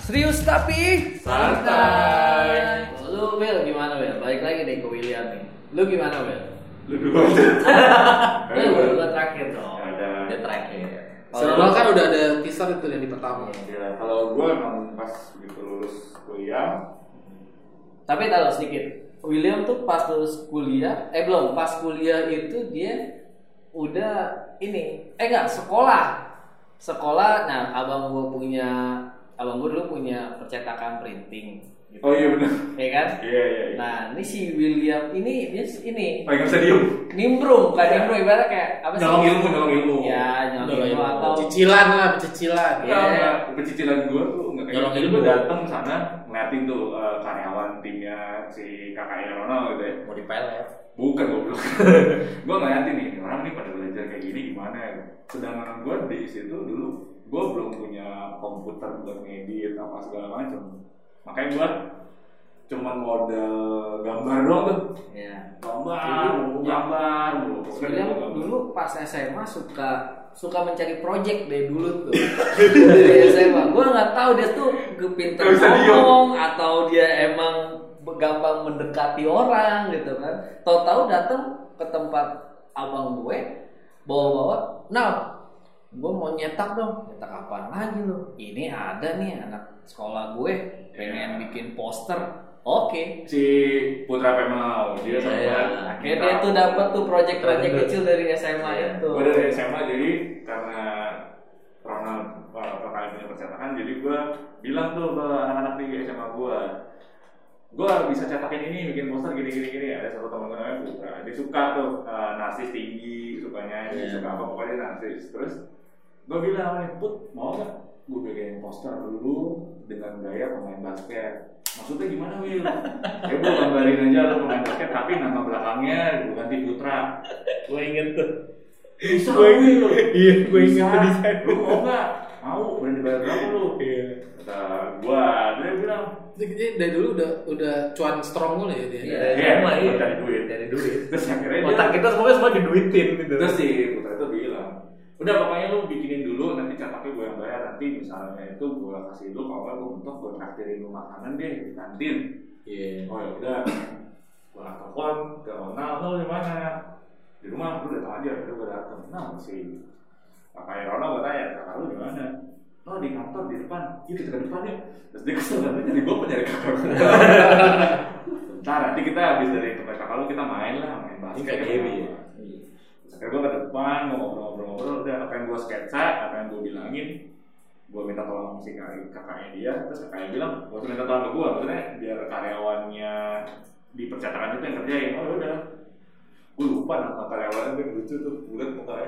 Serius tapi santai. Lu Will gimana Will? Balik lagi deh ke William nih. Lu gimana Will? Lu dulu aja. Lu terakhir dong. Ada. Dia terakhir. Soalnya kan udah ada teaser itu yang di pertama. Ya, kalau gue emang pas begitu lulus kuliah. Tapi tahu sedikit. William tuh pas lulus kuliah, belum, pas kuliah itu dia udah sekolah. Nah, abang gue dulu punya percetakan printing gitu. Oh iya benar. Iya kan? Iya. Nah, ini si William ini dia ini Paling bisa diem. nimbrung, bukan nimbrung, ibaratnya kayak apa sih? Nyolong ilmu. Ya, nyolong ilmu atau Cicilan. Iya. Pecicilan gue tuh nggak kayak Nyolong gitu. ilmu. Gue datang sana ngeliatin tuh karyawan timnya si kakaknya Ronald gitu ya. Mau dipelet. Bukan goblok. Gue ngeliatin nih orang nih pada belajar kayak gini gimana ya. Sedangkan gue di situ dulu gue belum punya komputer buat ngedit apa segala macam. Makanya gue cuman modal gambar doang tuh. ya. Gambar. William dulu pas SMA suka mencari project dari dulu tuh. Dari SMA. Gue nggak tahu dia tuh pintar ngomong atau dia emang gampang mendekati orang gitu kan. Tahu-tahu datang ke tempat abang gue bawa-bawa. Nah, gue mau nyetak dong. Nyetak apaan lagi lo? Ini ada nih anak sekolah gue pengen bikin poster. Oke. Si Putra Pemal dia Akhirnya dia tuh dapat tuh project-project kecil dari SMA itu. Gue dari SMA jadi karena Ronald terkait punya percetakan, jadi gue bilang tuh ke anak-anak di SMA gue bisa cetakin ini, bikin poster gini. Ada satu teman gue namanya Putra, dia suka tuh narsis tinggi, sukanya dia suka apa pokoknya narsis. Terus gue bilang, Put mau nggak gue bikin poster dulu dengan gaya pemain basket? Maksudnya gimana Will? Ya gue gambarin aja lo pemain basket tapi nama belakangnya gue ganti Putra. Gue inget tuh. Bisa Will? Iya, gue inget tuh desain. Lu mau nggak? Mau, boleh dibayar berapa lu? Iya. Kata gue, dia bilang. Jadi dari dulu udah cuan strong dulu ya dia. Iya, cari duit. Terus akhirnya Otak kita semua diduitin gitu. Terus si Putra itu bilang, udah pokoknya lu bikinin dulu, nanti cetaknya gue yang bayar. Nanti misalnya itu gue kasih lu, kalau nggak gue bentuk, gue traktirin lu makanan deh di kantin. Iya. Oh ya udah, gue telepon ke Ronald, lo di mana? Di rumah, lu datang aja. Udah gue datang. Nah si kakaknya Ronald gue tanya, kakak lu di mana? Oh di kantor di depan. Yuk kita ke depan ya. Terus dia kesel, nyari gue apa nyari kakak gue? Bentar, nanti kita habis dari tempat kakak lu kita main basket. Ini kayak Dewi ya. Akhirnya gue ke depan, ngobrol-ngobrol, udah apa yang gue sketsa, apa yang gue bilangin, gue minta tolong si kakaknya dia, terus kakaknya bilang, gue harus minta tolong ke gue, maksudnya biar karyawannya di percetakan itu yang kerjain. Oh udah, gue lupa nama karyawannya, gue lucu tuh, bulat mukanya.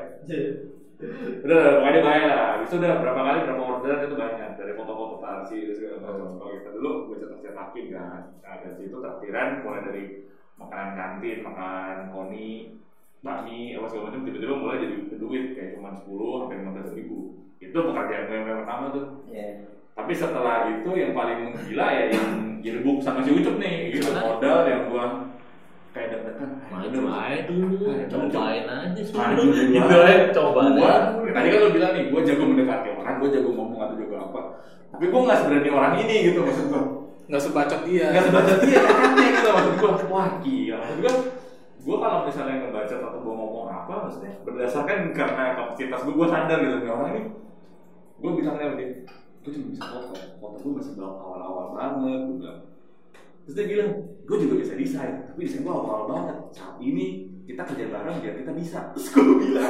Udah, pokoknya bayar lah. Habis itu udah berapa orderan itu banyak, dari foto-foto tarsi dan segala macam. Kalau kita dulu gue cetak-cetakin kan, nah dari situ traktiran mulai dari makanan kantin, makan koni, bakmi, apa segala macam, tiba-tiba mulai jadi duit kayak cuma 10 sampai 15 ribu. Itu pekerjaan gue yang pertama tuh. Tapi setelah itu yang paling gila ya yang yearbook sama si Ucup nih, gitu modal yang gue kayak deg-degan. Main dulu, cobain aja sih. Gitu aja, coba. Tadi kan lo bilang nih, gue jago mendekati orang, gue jago ngomong atau jago apa. Tapi gue nggak seberani orang ini gitu maksud gue. Nggak sebacot dia. Kan gitu maksud gue. Wah gila, maksud gue kalau misalnya ngebaca atau gue ngomong apa, maksudnya berdasarkan karena kapasitas gue sadar gitu nih orang ini. Gue bilang sama dia, gue cuma bisa foto gue masih awal-awal banget, gue bilang. Terus dia bilang, gue juga bisa desain, tapi desain gue awal banget. Saat ini kita kerja bareng biar kita bisa. Terus gue bilang,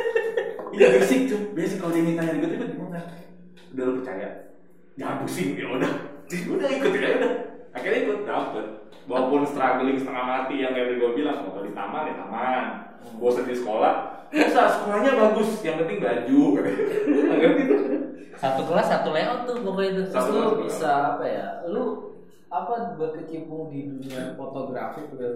iya basic cuy, basic kalau dia minta yang gitu gimana? Udah lo percaya? Jangan pusing ya udah ikut ya udah. Akhirnya ikut dapet. Walaupun struggling setengah mati yang kayak gue bilang, mau di taman ya taman, bosan di sekolah, sekolahnya bagus, yang penting baju. Ngerti tuh? Satu kelas satu layout tuh pokoknya itu. Terus Satu lu kelas, bisa apa ya? Lu apa berkecimpung di dunia fotografi tuh?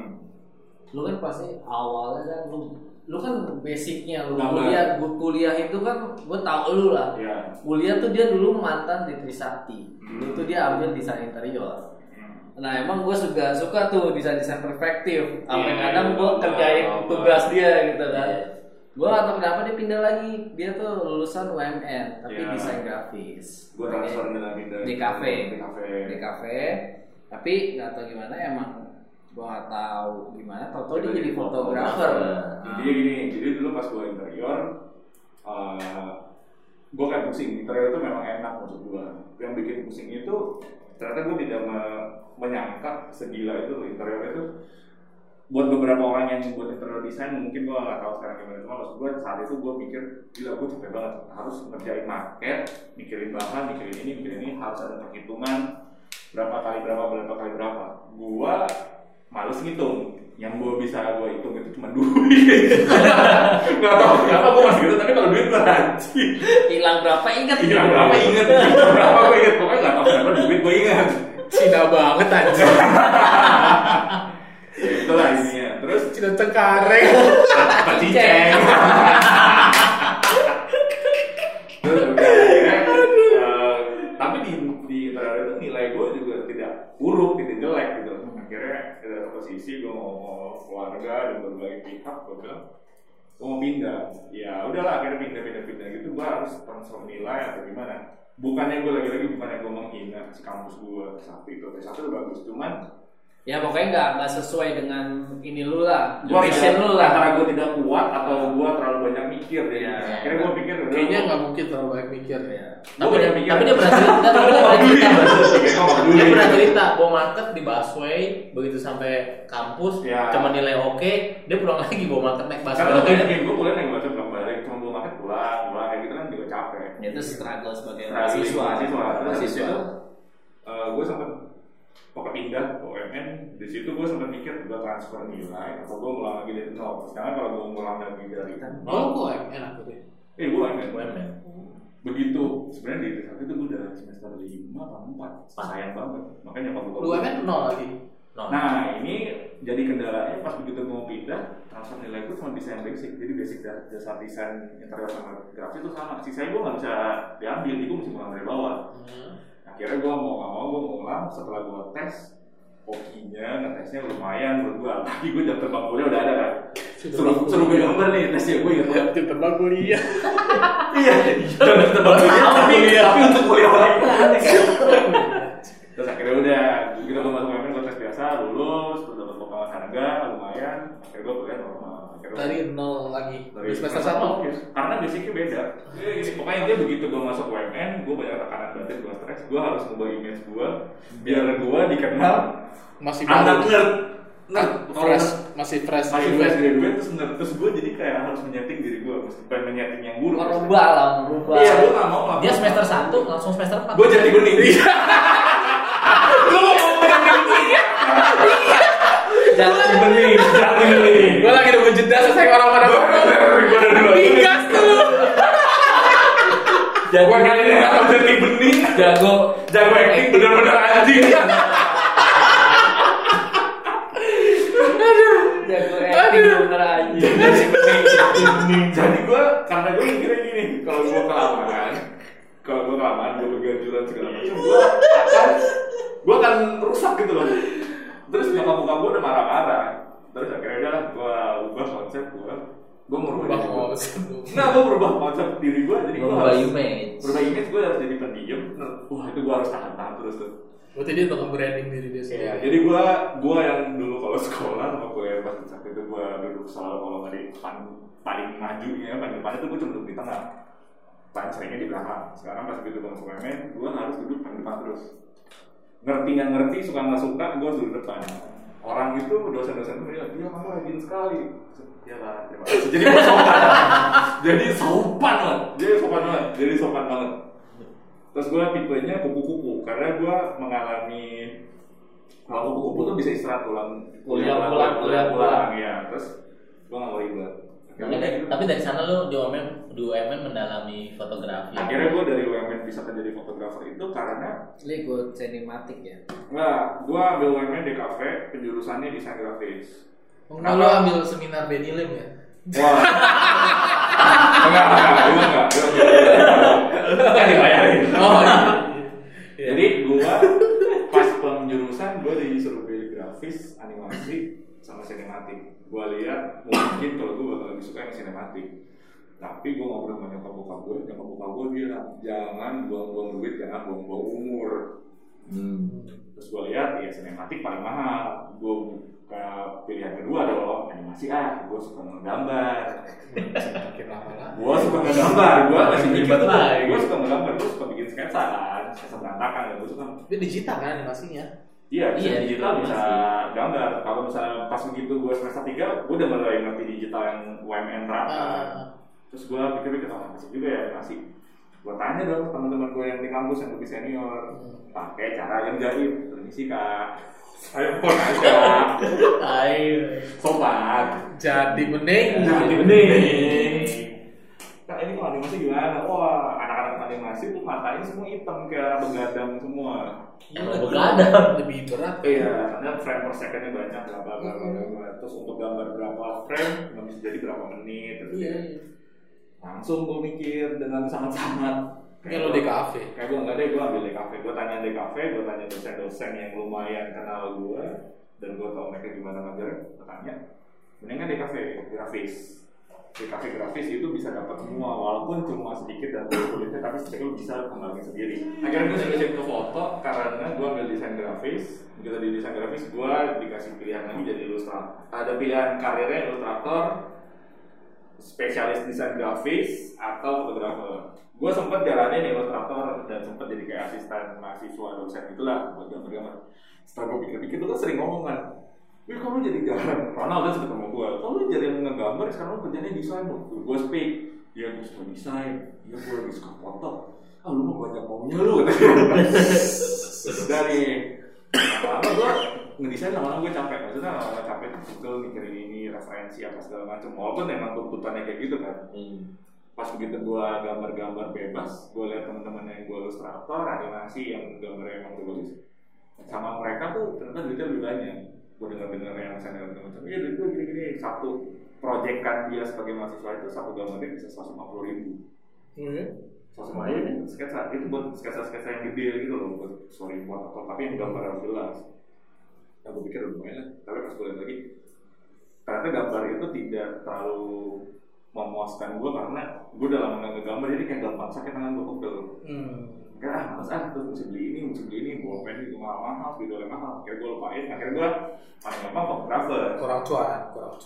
Lu kan pasti awalnya kan lu kan basicnya lu kuliah itu kan gue tau lu lah. Yeah. Kuliah tuh dia dulu mantan di Trisakti. Dulu tuh dia ambil desain interior. Nah emang gue juga suka tuh desain perspektif. Sampai kadang gue kerjain tugas dia gitu kan. Gue gak tau kenapa dia pindah lagi. Dia tuh lulusan UMN tapi Ya. desain grafis. Gue transfer lagi dari Di kafe. Di kafe. Tapi nggak tahu gimana emang gue nggak tahu gimana. Tahu dia Jadi jadi fotografer. Jadi gini, jadi dulu pas gue interior, gue kayak pusing. Interior itu memang enak untuk gue. Yang bikin pusing itu ternyata gue tidak menyangka segila itu interior itu. Buat beberapa orang yang buat interior desain mungkin gue nggak tahu sekarang gimana, cuma maksud gue saat itu gue mikir gila gue capek banget harus ngerjain market, mikirin bahan, mikirin ini harus ada perhitungan berapa kali berapa. Gue males ngitung, yang gue bisa gue hitung itu cuma duit. Nggak tahu kenapa gue masih gitu, tapi kalau duit gue rajin. Hilang berapa ingat? Pokoknya nggak tahu kenapa duit gue ingat. Cina banget aja. Ya itulah intinya. Terus Cina Cengkareng. apa ciceng? Terus udah akhirnya, tapi di interior itu nilai gue juga tidak buruk, tidak jelek gitu. Akhirnya ada satu posisi gue mau keluarga dan berbagai pihak, gue bilang gue mau pindah. Ya udahlah akhirnya pindah gitu. Gue harus transfer nilai atau gimana? Bukannya gue menghina si kampus gue satu udah bagus, cuman Ya pokoknya nggak sesuai dengan ini lu lah, gua passion lu lah. Antara gue tidak kuat atau gue terlalu banyak mikir deh. Ya. Akhirnya gue pikir Kayaknya nggak mungkin terlalu banyak mikir. Ya. Tapi dia pernah Dia pernah cerita bawa market di busway, begitu sampai kampus Ya. cuma nilai oke, dia pulang lagi bawa market naik busway. Karena kayak gue boleh naik baca pulang balik, cuma gue makan pulang kayak gitu kan juga capek. Ya, itu struggle sebagai Mahasiswa. mahasiswa. Gue sempat pokoknya pindah ke UMN. Di situ gue sempat mikir gue transfer nilai atau gue ngulang lagi dari nol. Sedangkan kalau gue ngulang lagi dari Oh, kok enak gitu. gue UMN. UMN. Begitu sebenarnya di saat itu gue udah semester 5 atau 4 sayang banget. Makanya kalau Lu UMN nol lagi. Nah ini jadi kendalanya pas begitu mau pindah transfer nilai gue cuma desain basic. Jadi basic dasar desain interior sama grafis itu sama. Sisanya gue nggak bisa diambil, jadi gue mesti ngulang dari bawah. Akhirnya gue mau nggak mau gue ngulang. Setelah gue tes hokinya, ngetesnya lumayan menurut gue. Lagi gue jam terbang kuliah udah ada kan. Suruh gue gambar nih tesnya gue ingat banget. Jam terbang kuliah. Iya, jam terbang kuliah tapi untuk kuliah lagi. Terus akhirnya udah, gitu gue masuk UMN, gue tes biasa, lulus, terus dapat pengalaman harga, lumayan. Akhirnya gue kuliah normal. Dari nol lagi. Dari Semester 1. Karena basicnya beda. Gini, pokoknya dia begitu gue masuk UMN, gue banyak tekanan batin, gue stres, gue harus ngubah image gue biar gue dikenal Masih anak baru. nerd. Masih fresh. Masih fresh graduate terus nerd. Terus gue jadi kayak harus menyeting diri gue, bukan menyeting yang buruk. Merubah. Iya, gue nggak mau lah. Dia semester 1 langsung semester 4. Gue jadi bening. Lu mau ngomong bening? Jadi Bening. Gue lagi nunggu jeda selesai orang pada ngomong. Gue udah dulu. Gas tuh. Gue kali ini nggak tahu jadi bening. jago Acting bener-bener anjing. acting bener aja. Jadi bening. Jadi gue karena gue mikirnya gini, kalau gue kelamaan, gue berganjuran segala macam, gue akan rusak gitu loh. Terus nyokap bokap gue udah marah-marah. Terus akhirnya gue ubah konsep gue merubah konsep. Nah, gue berubah konsep diri gue, jadi gue Berubah harus image. berubah image. Gue harus jadi pendiam. Wah, itu gue harus tahan terus tuh. Berarti dia untuk branding diri dia sendiri. Iya, jadi gue yang dulu kalau sekolah sama kuliah pas saat itu gue duduk selalu kalau nggak di depan paling maju ya, paling depan itu gue cuma duduk di tengah, paling seringnya di belakang. Sekarang pas begitu gue masuk UMN, gue harus duduk paling depan terus. Ngerti nggak ngerti, suka nggak suka, gue harus duduk depan. Orang itu dosen-dosen itu bilang, iya kamu rajin sekali. Ya lah, terima kasih. Jadi gue sopan. Jadi sopan banget. Terus gue tipenya kupu-kupu karena gue mengalami kalau kupu-kupu tuh bisa istirahat kuliah pulang ya. Terus gue nggak mau ribet. Tapi dari sana lu di UMN mendalami fotografi. Akhirnya gue dari UMN bisa jadi fotografer itu karena ikut sinematik ya. nggak, gue ambil UMN DKV penjurusannya desain grafis. Lu ambil seminar Benny Lim ya? Wah. Enggak. Kan dibayarin. Oh iya. Jadi gua pas penjurusan gua disuruh pilih grafis, animasi, sama sinematik. gue lihat mungkin kalau gue bakal lebih suka yang sinematik. Tapi gue ngobrol sama nyokap bokap gue bilang jangan buang-buang duit, jangan buang-buang umur. Terus gue lihat ya sinematik paling mahal. Gue buka pilihan kedua dong, animasi gue suka menggambar. Gue suka menggambar, gue masih mikir tuh. Gue suka menggambar, gue suka bikin sketsa kan, sketsa berantakan ya gue suka. Dia digital kan animasinya? Iya, bisa digital, bisa animasi. gambar. Kalau misalnya pas begitu gue semester 3, gue udah mulai ngerti digital yang UMN rata. Terus gue pikir-pikir, masih juga ya animasi. Gue tanya dong teman-teman gue yang di kampus yang lebih senior, pakai cara yang jahit. Permisi kak, saya mau nanya. Sopan. Jadi bening. Kak ini kalau animasi gimana? Wah, anak-anak animasi tuh matanya semua hitam kayak begadang semua. Emang begadang. Lebih berat. Iya, karena frame per secondnya banyak berapa. Terus untuk gambar berapa frame, nggak bisa jadi berapa menit. Iya. Langsung gue mikir dengan sangat-sangat. Kayak lo DKV. Kayak gue nggak deh, gue ambil DKV. Gue tanya DKV, gue tanya dosen-dosen yang lumayan kenal gue, dan gue tau mereka gimana ngajar. Gue tanya, mendingan DKV grafis. DKV grafis itu bisa dapat semua, walaupun cuma sedikit dan kulitnya, tapi lo bisa kembangin sendiri. Akhirnya gue switch ke foto karena gue ambil desain grafis. Begitu di desain grafis, gue dikasih pilihan lagi jadi ilustrator. Ada pilihan karirnya ilustrator, spesialis desain grafis atau fotografer. Gue sempat jalanin ilustrator dan sempat jadi kayak asisten mahasiswa dosen itulah buat gambar-gambar. Setelah gue pikir-pikir tuh kan sering ngomong kan, wih kalau jadi gambar, Ronald udah ketemu gue, kalau jadi yang ngegambar sekarang lo kerjanya desain dong. Gue speak, ya gue suka desain, ya gue lagi suka foto. Lu mau banyak maunya lu. Dari lama gue ngedesain lama-lama gue capek, maksudnya lama-lama capek tuh mikirin ini referensi apa segala macam. Walaupun emang tuntutannya kayak gitu kan. Pas begitu gue gambar-gambar bebas, gue lihat teman-teman yang gue ilustrator, animasi yang gambarnya emang bagus, sama mereka tuh ternyata duitnya lebih banyak. Gue dengar-dengar yang senior macam, iya duit gue gini-gini, satu proyekkan dia sebagai mahasiswa itu satu gambarnya bisa 150.000. 150.000 sketsa itu buat sketsa-sketsa yang gede gitu loh, buat storyboard atau tapi yang gambar harus jelas. Nah gue pikir lumayan, tapi pas gue lihat lagi, ternyata gambar itu tidak terlalu memuaskan gue karena gue udah lama nggak ngegambar, jadi kayak gampang sakit tangan gue pegel. Kayak males terus mesti beli ini, bolpen itu mahal, beli mahal. Akhirnya gue lupain, akhirnya gue paling gampang fotografer. Kurang cuan.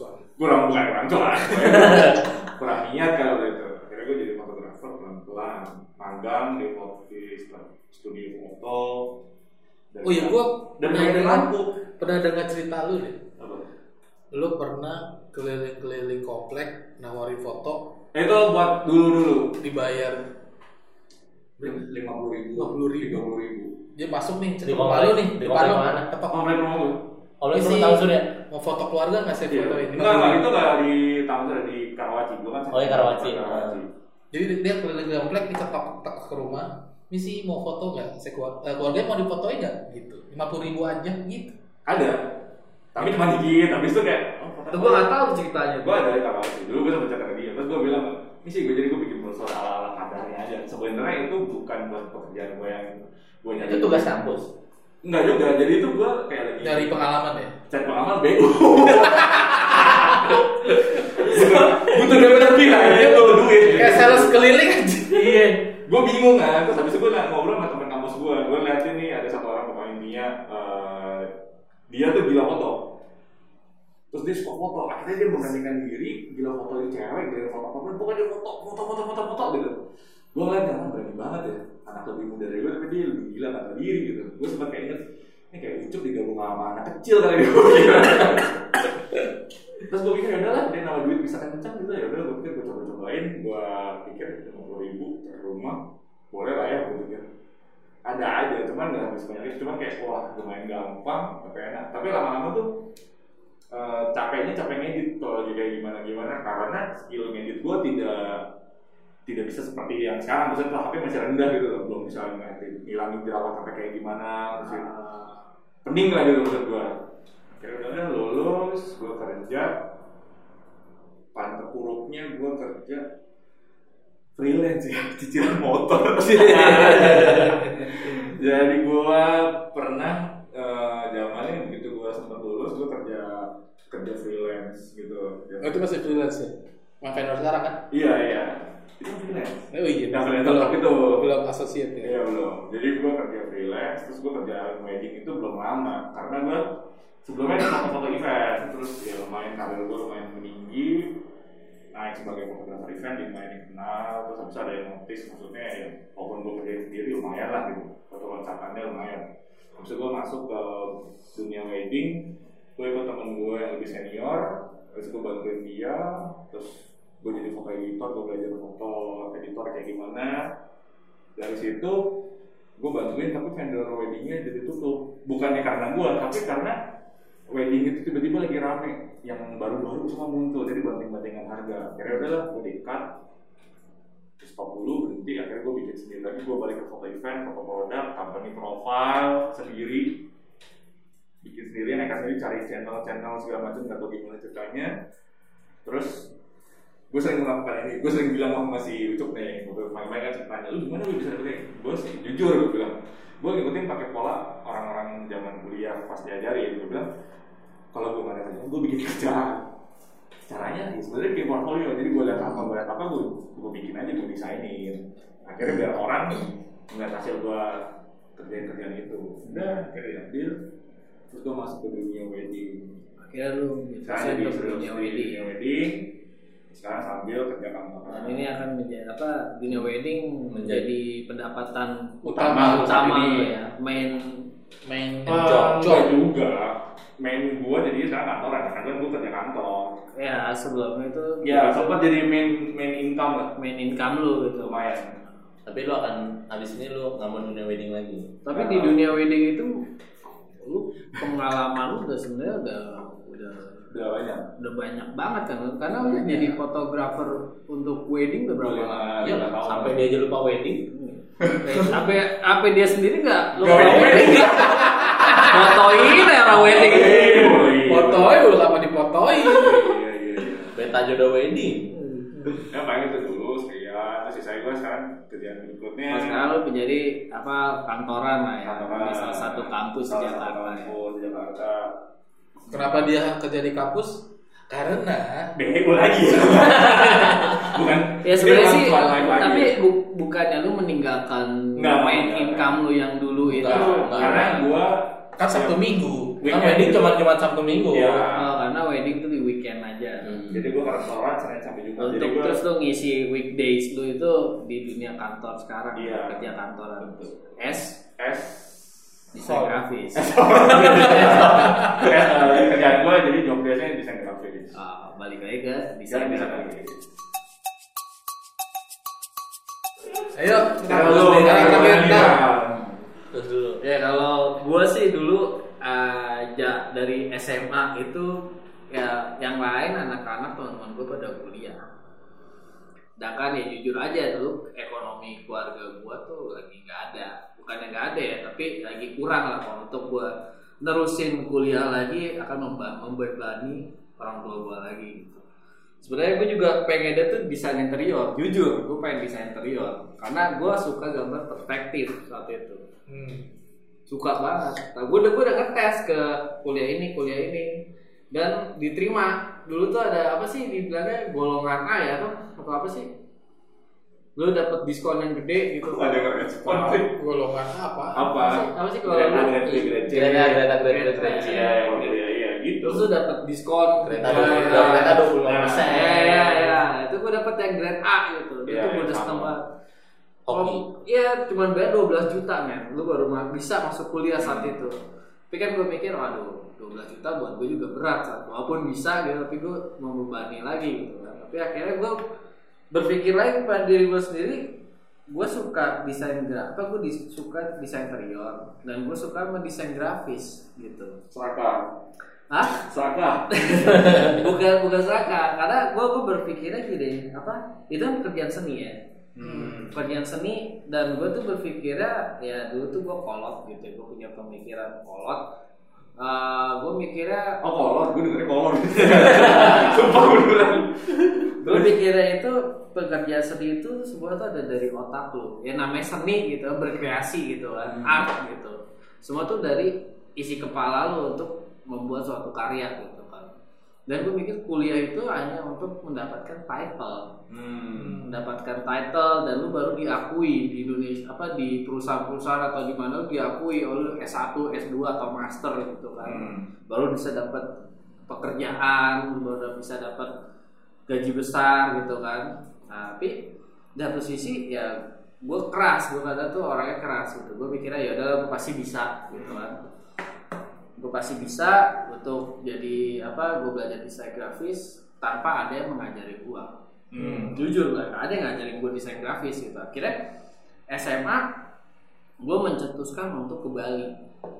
Kurang niat kalau itu. Akhirnya gue jadi fotografer pelan-pelan, magang di studio foto. Oh iya, gue pernah dengar cerita lu deh. Apa? Lu pernah keliling-keliling komplek nawarin foto. Itu buat dulu dibayar 50.000. Dia masuk nih, Di cerita lu nih. di komplek mana? Ketok. Komplek rumah gue. Kalau itu tahu sudah. Mau foto keluarga nggak saya fotoin? Enggak, itu nggak di Tangsel, di Karawaci. Gue kan. Oh, di Karawaci. Jadi dia keliling komplek diketok-ketok ke rumah. Misi mau foto nggak? Saya keluarga mau difotoin nggak? Gitu. 50.000 aja gitu. Ada. Tapi cuma dikit. Habis itu kayak. Gue nggak tahu ceritanya. Gue ada di Karawaci. Dulu gue sempat cakap dia. Terus gue bilang, misi gue bikin brosur ala-ala kadarnya aja. Sebenarnya itu bukan buat pekerjaan gue yang gue nyari. Itu tugas kampus. Enggak juga. Jadi itu gue kayak lagi. Dari pengalaman ya. Cari pengalaman BU. Butuh duit lebih lah. Dia butuh duit. Kayak sales keliling aja. Iya. Gue bingung kan. Terus habis itu gue ngobrol sama teman kampus gue. Gue liatin nih ada satu orang pokoknya dia tuh gila foto. Terus dia suka foto. Akhirnya dia memberanikan diri gila fotoin cewek, gila foto apapun. Pokoknya dia foto gitu. Gue ngeliat kan berani banget ya. Anak lebih muda dari gue tapi dia lebih gila gak tahu diri gitu. Gue sempat kayak inget ini kayak Ucup digabung sama anak kecil kali dia. Terus gue pikir ya udahlah, dia nama duit bisa kencang gitu ya udah. Gue pikir gue coba-cobain, gue pikir 50.000 per rumah boleh lah ya. Gue pikir ada aja, cuman nggak habis banyak itu, cuman kayak wah lumayan gampang, tapi enak. Tapi lama-lama tuh capek ngedit kalau lagi kayak gimana karena skill ngedit gue tidak bisa seperti yang sekarang. Maksudnya HP masih rendah gitu loh, belum bisa ngilangin jerawat sampai kayak gimana, masih pening lah gitu maksud gue. Akhirnya lulus, gue kerja, terpuruknya gue kerja freelance ya, cicilan motor. Jadi gue pernah zamannya begitu gue sempat lulus, gue kerja freelance freelance gitu. Oh, itu masih freelance ya? Sama vendor sekarang kan? Iya. Itu freelance. Oh iya. Yang freelance itu. Belum associate ya? Iya belum. Jadi gue kerja freelance, terus gue kerja wedding itu belum lama karena gue sebelumnya foto-foto event, terus ya lumayan karir gue lumayan meninggi, naik sebagai fotografer event, lumayan dikenal, terus habis ada yang notice, maksudnya ya walaupun gue kerja sendiri lumayan lah gitu, foto loncakannya lumayan. Habis gue masuk ke dunia wedding, gue ikut temen gue yang lebih senior, terus gue bantuin dia, terus gue jadi foto editor, gue belajar foto editor kayak gimana. Dari situ gue bantuin, tapi vendor weddingnya jadi tutup. Bukannya karena gue, tapi karena wedding itu tiba-tiba lagi rame, yang baru-baru semua muncul, jadi banting-bantingan harga. Akhirnya udahlah, gue di-cut, stop dulu, berhenti. Akhirnya gue bikin sendiri lagi, gue balik ke foto event, foto produk, company profile sendiri, bikin sendiri, naik sendiri, cari channel segala macam, nggak tahu gimana ceritanya. Terus gue sering melakukan ini, gue sering bilang sama si Ucup nih, gue main-main kan ceritanya, lu gimana lu bisa dapetin? Gue sih jujur gue bilang, gue ngikutin pakai pola orang-orang zaman kuliah pas diajarin. Gue bilang kalau gue nggak ada kerjaan, gue bikin kerjaan. Caranya ya sebenarnya bikin portfolio, jadi gue lihat apa gue bikin aja, gue desainin. Akhirnya biar orang ngeliat hasil gue kerjaan itu. Udah akhirnya diambil, terus gue masuk ke dunia wedding. Akhirnya lu Sekarang jadi dunia wedding. Sekarang sambil kerja kantor. Dan ini akan menjadi apa? Dunia wedding menjadi pendapatan utama lo ya, main job juga. Main gua jadi sekarang kantoran, karena gua kerja kantor. ya sebelumnya itu Ya sempat jadi main income lah. main income lu gitu. Lumayan. Tapi lu akan habis ini lu nggak mau dunia wedding lagi. Tapi di dunia wedding itu lu pengalaman lu udah sebenarnya Udah banyak banget kan, karena lu jadi fotografer untuk wedding udah berapa lama? Iya, sampai dia aja lupa wedding. Apa dia sendiri nggak lupa wedding? Fotoin ya orang wedding. Fotoin udah lama difotoin. Iya. Beta jodoh wedding. Ya paling itu dulu sekian. Terus sisanya gue sekarang kerjaan berikutnya. Mas sekarang lu menjadi apa kantoran lah ya, di salah satu kampus di Jakarta. Jakarta. Kenapa dia kerja di kampus? Karena Bego lagi. Bukan. Ya sebenarnya sih, lagi. tapi bukannya lu meninggalkan main income lu yang dulu itu. Karena gua kan Sabtu Minggu. Kan wedding cuma Sabtu Minggu. Iya. Karena wedding tuh di weekend aja. Jadi gua ke restoran Senin sampai Jumat. Untuk terus lu ngisi weekdays lu itu di dunia kantor sekarang, kerja kantoran itu. Desain grafis. Kerjaan gue jadi job biasanya desain grafis. Balik lagi ke desain grafis. Ayo, Terus dulu. Ya kalau gue sih dulu dari SMA itu ya yang lain anak-anak teman-teman gue pada kuliah. Sedangkan ya jujur aja dulu ekonomi keluarga gue tuh lagi nggak ada. Bukannya nggak ada ya, tapi lagi kurang lah kalau untuk gue nerusin kuliah lagi akan membebani orang tua gue lagi gitu. Sebenarnya gue juga pengen dia tuh desain interior, jujur gue pengen desain interior karena gue suka gambar perspektif saat itu. Suka banget. Nah, gue udah ngetes ke kuliah ini dan diterima. Dulu tuh ada apa sih dibilangnya golongan A ya atau apa sih? Lu dapat diskon yang gede gitu. Ada nggak respon? golongan apa? Apa sih golongan? Grade iya gitu. Terus lu dapat diskon Kereta 25%. Ya. Itu gue dapat yang grade A gitu. Dia tuh udah setengah. Iya, cuma bayar 12 juta men. Lu baru bisa masuk kuliah saat itu. Tapi kan gue mikir, waduh 12 juta buat gue juga berat saat walaupun bisa gitu, tapi gue membebani lagi gitu kan. Tapi akhirnya gue berpikir lagi pada diri gue sendiri, gue suka desain suka desain interior dan gue suka sama desain grafis gitu. Serakah. bukan serakah, karena gue berpikirnya gini, itu kan pekerjaan seni ya. Pekerjaan seni dan gue tuh berpikirnya ya dulu tuh gue kolot gitu, gue punya pemikiran kolot. Gue mikirnya kolor, gue dengernya kolor. Sumpah beneran. Gue pikirnya itu pekerjaan seni itu semua tuh ada dari otak lu. Ya namanya seni gitu, berkreasi gitu kan, art gitu. Semua tuh dari isi kepala lu untuk membuat suatu karya gitu kan. Dan gue mikir kuliah itu hanya untuk mendapatkan title, dan lu baru diakui di Indonesia, di perusahaan-perusahaan atau di mana lu diakui oleh S1, S2 atau master gitu kan. Baru bisa dapat pekerjaan, baru bisa dapat gaji besar gitu kan. Tapi di satu sisi ya gue keras, gue kata tuh orangnya keras gitu. Gue mikirnya ya udah gue pasti bisa gitu kan. Gue pasti bisa untuk jadi gue belajar desain grafis tanpa ada yang mengajari gue. Jujur gak ada yang ngajarin gue desain grafis gitu. Akhirnya SMA gue mencetuskan untuk ke Bali.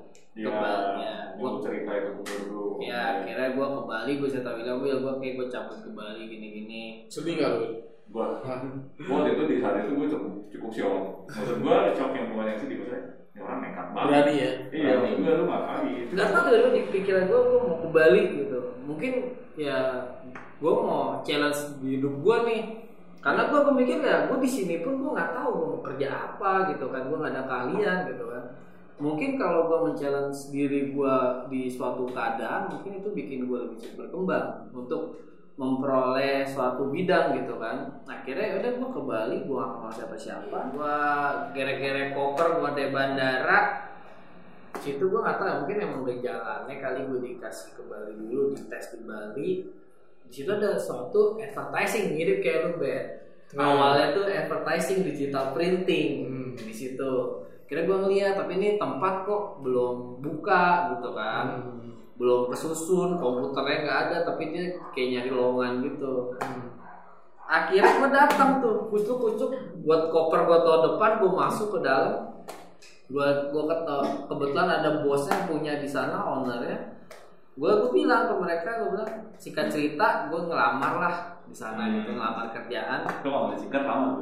Gue cerita itu dulu. Ya akhirnya gue ke Bali, gue cerita bilang gue cabut ke Bali gini-gini. Sedih gak lu? Gue waktu itu di hari itu gue cukup shock. Maksud gue shock yang bukan yang sedih, ini orang nekat banget. Berani ya? Iya, gue lu ngapain? Gak tau dulu di pikiran gue mau ke Bali gitu. Mungkin ya gue mau challenge di hidup gue nih. Karena gue mikir ya gue di sini pun gue nggak tahu gue mau kerja apa gitu kan. Gue nggak ada keahlian gitu kan. Mungkin kalau gue men-challenge diri gue di suatu keadaan, mungkin itu bikin gue lebih cepat berkembang untuk memperoleh suatu bidang gitu kan. Akhirnya udah gue ke Bali, gue gak kenal siapa-siapa, gue gerek-gerek koper, gue dari bandara. Situ gue gak tahu, mungkin emang udah jalannya kali gue dikasih ke Bali dulu, dites di Bali. Di situ ada suatu advertising mirip kayak lu Ben. Awalnya tuh advertising digital printing di situ. Kira gue ngeliat, tapi ini tempat kok belum buka gitu kan. Belum kesusun, komputernya nggak ada, tapi dia kayak nyari lowongan gitu. Akhirnya gue datang tuh, kucuk-kucuk buat koper gue tahu depan, gue masuk ke dalam. Gue kebetulan ada bosnya yang punya di sana, ownernya. Gue bilang ke mereka, gue bilang singkat cerita, gue ngelamar lah di sana gitu, ngelamar kerjaan. Gue nggak boleh singkat lama.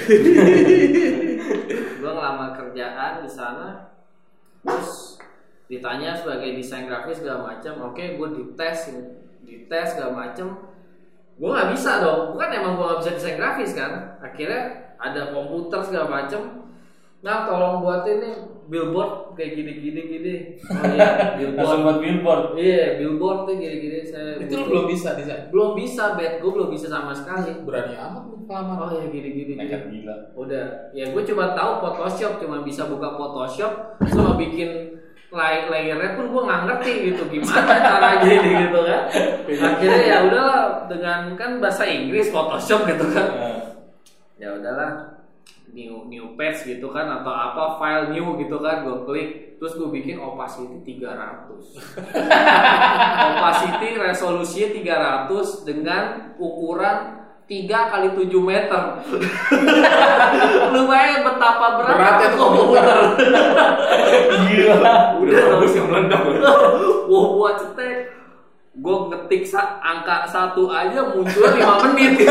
Gue ngelamar kerjaan di sana, terus ditanya sebagai desain grafis segala macam. Oke, gue dites segala macam. Gue nggak bisa dong, bukan emang gue nggak bisa desain grafis kan. Akhirnya ada komputer segala macam. Nah, tolong buatin nih billboard kayak gini. Oh iya, billboard. Buat billboard. Iya, billboard tuh gini. Itu lu belum bisa desain? Belum bisa, Bet. Gue belum bisa sama sekali. Berani amat lu kelamar. Oh ya gini. Nekat gila. Udah, ya gue cuma tahu Photoshop, cuma bisa buka Photoshop, sama bikin layernya pun gue nggak ngerti gitu gimana caranya gitu kan. Akhirnya ya udahlah, dengan kan bahasa Inggris Photoshop gitu kan. Ya udahlah, new page gitu kan, atau apa file new gitu kan, gue klik, terus gue bikin opacity 300. Opacity resolusinya 300 dengan ukuran 3x7 meter. Lu bayangin betapa beratnya tuh komputer. Gila. Udah bagus yang meledak. Wah, gua cetek. Gua ngetik angka 1 aja muncul 5 menit.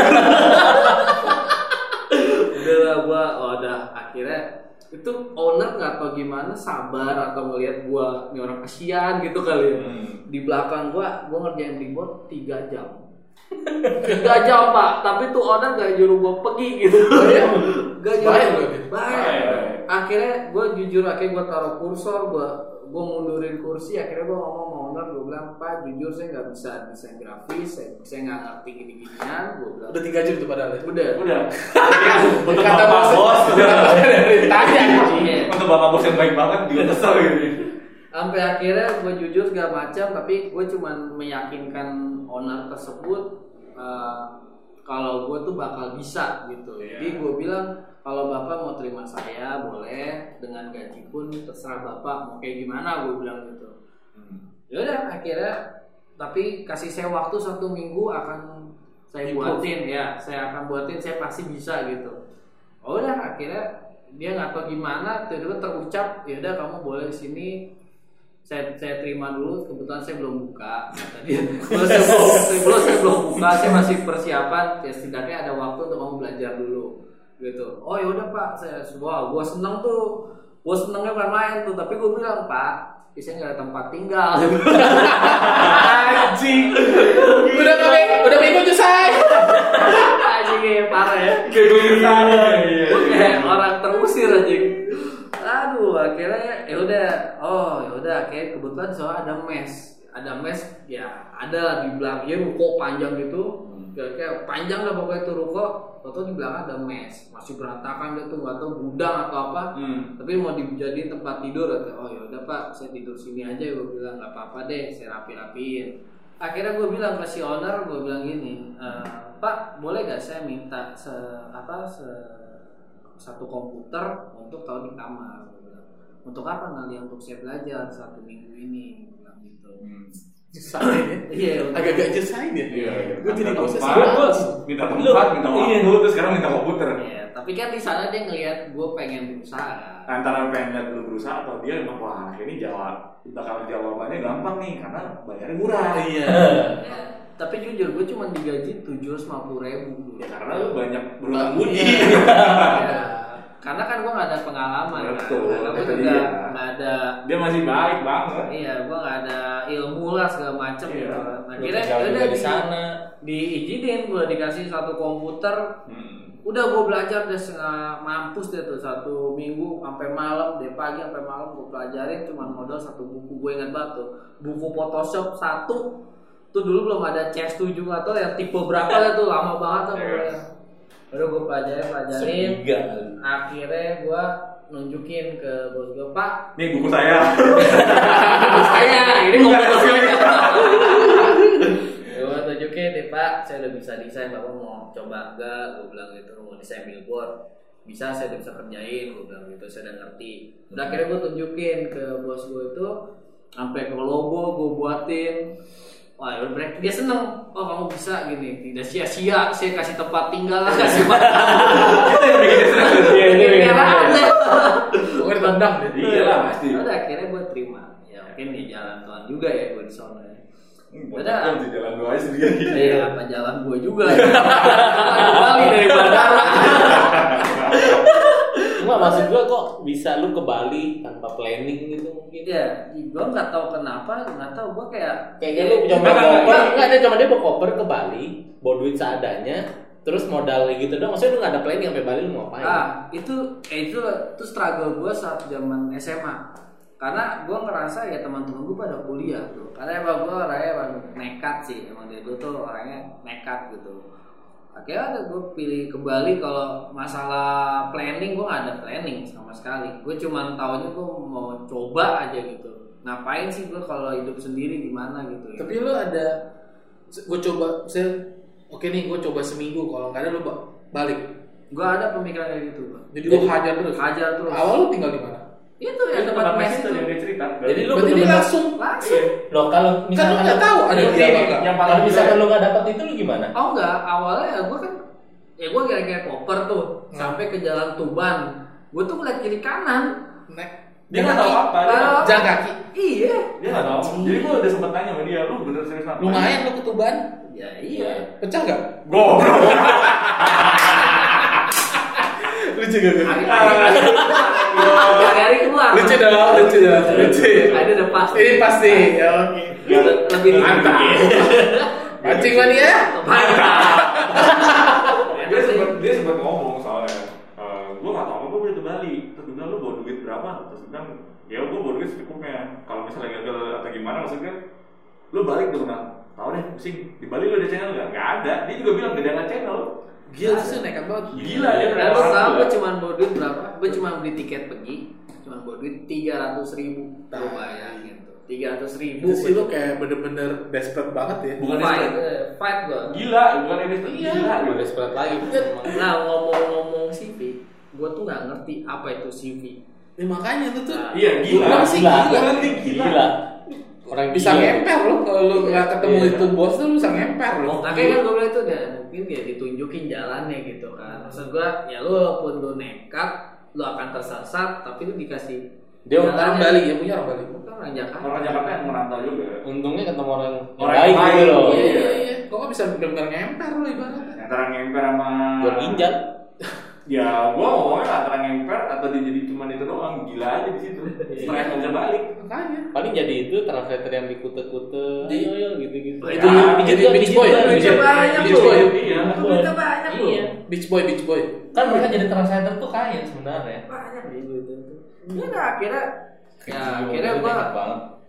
Udah akhirnya itu owner nggak tahu gimana sabar atau ngelihat gua ini orang kasihan gitu kali ya. Di belakang gua ngerjain billboard 3 jam. 3 jam Pak, tapi tuh owner gak nyuruh gue pergi gitu. Gak nyuruh. Baik. Akhirnya gue jujur, gue taruh kursor, gue mundurin kursi. Akhirnya gue ngomong sama owner, gue bilang, Pak jujur saya gak bisa desain grafis, saya gak ngerti gini-ginian. Gue bilang, udah 3 jam tuh padahal. Udah. Untuk bapak bos, tanya. Untuk bapak bos yang baik banget juga kesel gitu. Sampai akhirnya gue jujur segala macam, tapi gue cuma meyakinkan owner tersebut kalau gue tuh bakal bisa gitu. Jadi gue bilang kalau bapak mau terima saya boleh, dengan gaji pun terserah bapak mau kayak gimana, gue bilang gitu. Ya udah akhirnya, tapi kasih saya waktu 1 minggu akan saya buatin ya, saya akan buatin, saya pasti bisa gitu. Oh udah akhirnya dia nggak tahu gimana, tiba-tiba terucap, ya udah kamu boleh di sini. Saya terima dulu, kebetulan saya belum buka. Kalau saya belum buka, saya masih persiapan. Ya setidaknya ada waktu untuk kamu belajar dulu, gitu. Oh ya udah Pak, gue seneng tuh. Gue senengnya bukan main tuh, tapi gue bilang Pak, saya nggak ada tempat tinggal. Anjing, udah minggu tuh saya. Anjing parah ya. Kayak orang terusir anjing. Aduh, akhirnya ya udah akhirnya kebetulan soalnya ada mes ada mes, ya ada lah di belakangnya ruko panjang gitu, kayak panjang lah pokoknya itu ruko, atau di belakang ada mes, masih berantakan gitu, nggak tahu gudang atau apa, tapi mau dijadiin tempat tidur, oh ya udah Pak, saya tidur sini aja, gue bilang nggak apa-apa deh, saya rapi-rapiin. Akhirnya gue bilang ke si owner, gue bilang gini, Pak boleh gak saya minta satu komputer untuk taruh di kamar, gue bilang. Untuk apa nanti? Untuk saya belajar 1 minggu ini, gue bilang gitu. Nyesain ya? Iya, agak-agak nyesain ya? Iya. Gue jadi Minta proses tempat, minta tempat, minta waktu, terus sekarang minta komputer. Iya, tapi kan di sana dia ngelihat gue pengen berusaha. Antara pengen lihat lu berusaha atau dia memang wah ini jawabannya gampang nih karena bayarnya murah. Iya. Ya, tapi jujur gue cuma digaji 750.000. Ya karena lu banyak berutang budi. Ya, karena kan gue nggak ada pengalaman. Betul. Karena gue Itu juga dia. nggak ada. Dia masih baik banget. Iya, gue nggak ada ilmu lah segala macem. Iya. Gitu. Lu Akhirnya tinggal juga udah di sana. diizinin, gue dikasih 1 komputer. Udah gue belajar deh setengah mampus deh tuh 1 minggu sampai malam, dari pagi sampai malam gue pelajarin, cuma modal 1 buku. Gue ingat banget tuh, buku Photoshop 1 tuh dulu belum ada CS7 atau yang tipe berapa ya tuh, lama banget tuh. Udah gue pelajarin. Akhirnya gue nunjukin ke bos gue, Pak, Nih buku saya. saya ini komputer saya. Gue tunjukin nih Pak, saya udah bisa desain, Bapak mau coba enggak? Gue bilang gitu, mau desain billboard bisa, saya udah bisa kerjain, gue bilang gitu, saya udah ngerti. Udah akhirnya gue tunjukin ke bos gue itu, sampai ke logo gue buatin. Wah, dia seneng. Oh, kamu bisa gini, tidak sia-sia. Saya kasih tempat tinggal, kasih makan. Iya ini. Pokoknya ditendang deh. Iya lah pasti. Udah akhirnya gue terima. Ya mungkin di jalan Tuhan juga ya gue di sana. Udah di jalan gua aja sendiri. Iya, apa jalan gue juga. Balik dari bandara. Cuma maksud gue kok bisa lu ke Bali tanpa planning gitu mungkin? Ya, gue nggak tahu kenapa, nggak tahu gue Kayaknya lu coba koper, nggak ada, cuma dia bawa koper ke Bali, bawa duit seadanya, terus modal gitu dong. Maksudnya lu nggak ada planning sampai Bali lu mau ngapain? itu struggle gue saat zaman SMA. Karena gue ngerasa ya teman-teman gue pada kuliah tuh. Karena emang gue orangnya nekat sih, emang dia gue tuh orangnya nekat gitu. Akhirnya gue pilih ke Bali. Kalau masalah planning, gue gak ada planning sama sekali. Gue cuma taunya gue mau coba aja gitu. Ngapain sih gue kalau hidup sendiri gimana gitu ya. Tapi lu ada, gue coba, oke nih gue coba seminggu, kalau nggak ada lu balik. Gue ada pemikiran kayak gitu, Pak. Jadi lu hajar terus. Hajar terus. Awal lu tinggal di mana? Itu ya tempat mes itu. yang dia cerita. Jadi lu Berarti dia bener-bener langsung. Loh kalau Kan lu misalkan nggak tahu ada Iya, dia apa nggak? yang kalau misalkan lu nggak dapat itu lu gimana? Oh enggak, awalnya ya gue kan, ya gue kira-kira koper tuh sampai ke Jalan Tuban. Gue tuh ngeliat kiri kanan. Nek. Dia nggak tahu apa. Jalan kaki. Iya. Dia nggak tahu. Jadi gua udah sempet tanya sama dia, lu bener serius apa? Lumayan lu ke Tuban. Ya iya. Pecah nggak? Goblok. Lucu gak? Hari keluar. Lucu dong, lucu. Ada udah pasti. Ini pasti. Ya, oke. Lebih Mantap. Mancing mania. Dia sempet ngomong soalnya, gue nggak tahu apa gue udah ke Bali. Terus dia bilang lu bawa duit berapa? Terus dia bilang ya gue bawa duit secukupnya. Kalau misalnya gagal atau gimana, maksudnya lu balik dong. Tahu deh, pusing. Di Bali lu ada channel nggak? Nggak ada. Dia juga bilang gak ada channel. Gila sih nekat banget. Gila dia Dan lo tau gue cuma bawa duit berapa? Gue cuma beli tiket pergi, cuma bawa duit 300.000. Gue bayangin tuh, 300.000. Itu sih lu kayak bener-bener desperate banget ya. Bukan fight gue. gila, bukan ini Iya. gila. Udah desperate lagi. Nah ngomong-ngomong CV, gue tuh nggak ngerti apa itu CV. Ya makanya lu tuh. Iya gila. Gila sih, gila. Gila. Orang Bisa gila. ngemper lo kalau lu nggak ketemu Iya. itu bos tuh lu bisa ngemper lo. Makanya kan gue bilang itu udah mungkin ya ditunjukin jalannya gitu kan. Maksud gue ya lu walaupun lu nekat, lu akan tersesat, tapi lu dikasih Dia jalannya. Orang Bali ya punya orang Bali. Bukan orang Jakarta. Orang Jakarta yang merantau juga. untungnya ketemu orang yang Orang baik yang gitu baik. loh. Iya. Kok nggak bisa bener-bener ngemper lo ibaratnya? Antara ngemper sama Buat ginjal. Ya, gua ngomongnya antara ngemper atau dia jadi cuma itu doang, gila aja di situ. Stres nggak bisa balik. Makanya. Paling jadi itu translator yang dikute-kute. Di- Ayo gitu-gitu. Itu Ya, jadi Beach Boy. Duitnya banyak Beach loh. Boy. Iya. Duitnya banyak loh. Iya. Beach Boy. Kan mereka jadi translator tuh kaya sebenarnya. Banyak gitu. Ya udah akhirnya gue Banyak banget.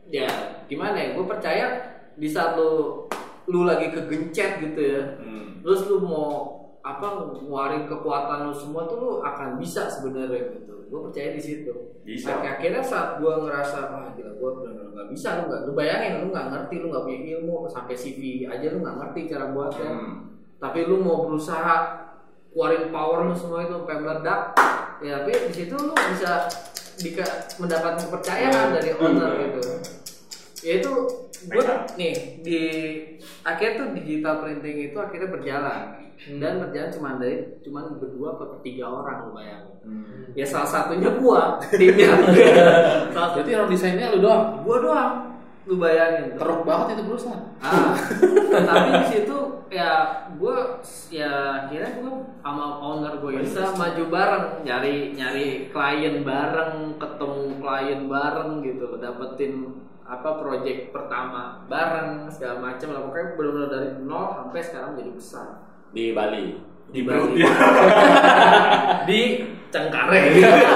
ya gimana ya, gue percaya di saat lu lagi kegencet gitu ya, terus lu mau ngeluarin kekuatan lu semua tuh lu akan bisa sebenarnya gitu. Gue percaya di situ. Bisa. Akhirnya saat gue ngerasa gila gue benar-benar nggak bisa, lu bayangin lu nggak ngerti, lu nggak punya ilmu, sampai CV aja lu nggak ngerti cara buatnya, tapi lu mau berusaha keluarin power lu semua itu sampai meledak, ya tapi di situ lu bisa mendapatkan kepercayaan dari owner gitu. Ya itu gue nih di akhir tuh digital printing itu akhirnya berjalan dan berjalan cuma berdua atau 3 orang, lu bayangin. Ya salah satunya gua timnya. Berarti orang desainnya lu doang? Gua doang, lu bayangin. Teruk banget itu perusahaan. Tapi di situ ya gua akhirnya gua sama owner gua bisa maju bareng, nyari klien bareng, ketemu klien bareng gitu, dapetin project pertama bareng segala macam lah, pokoknya benar-benar dari nol sampai sekarang jadi besar. Di Bali. Di Cengkareng.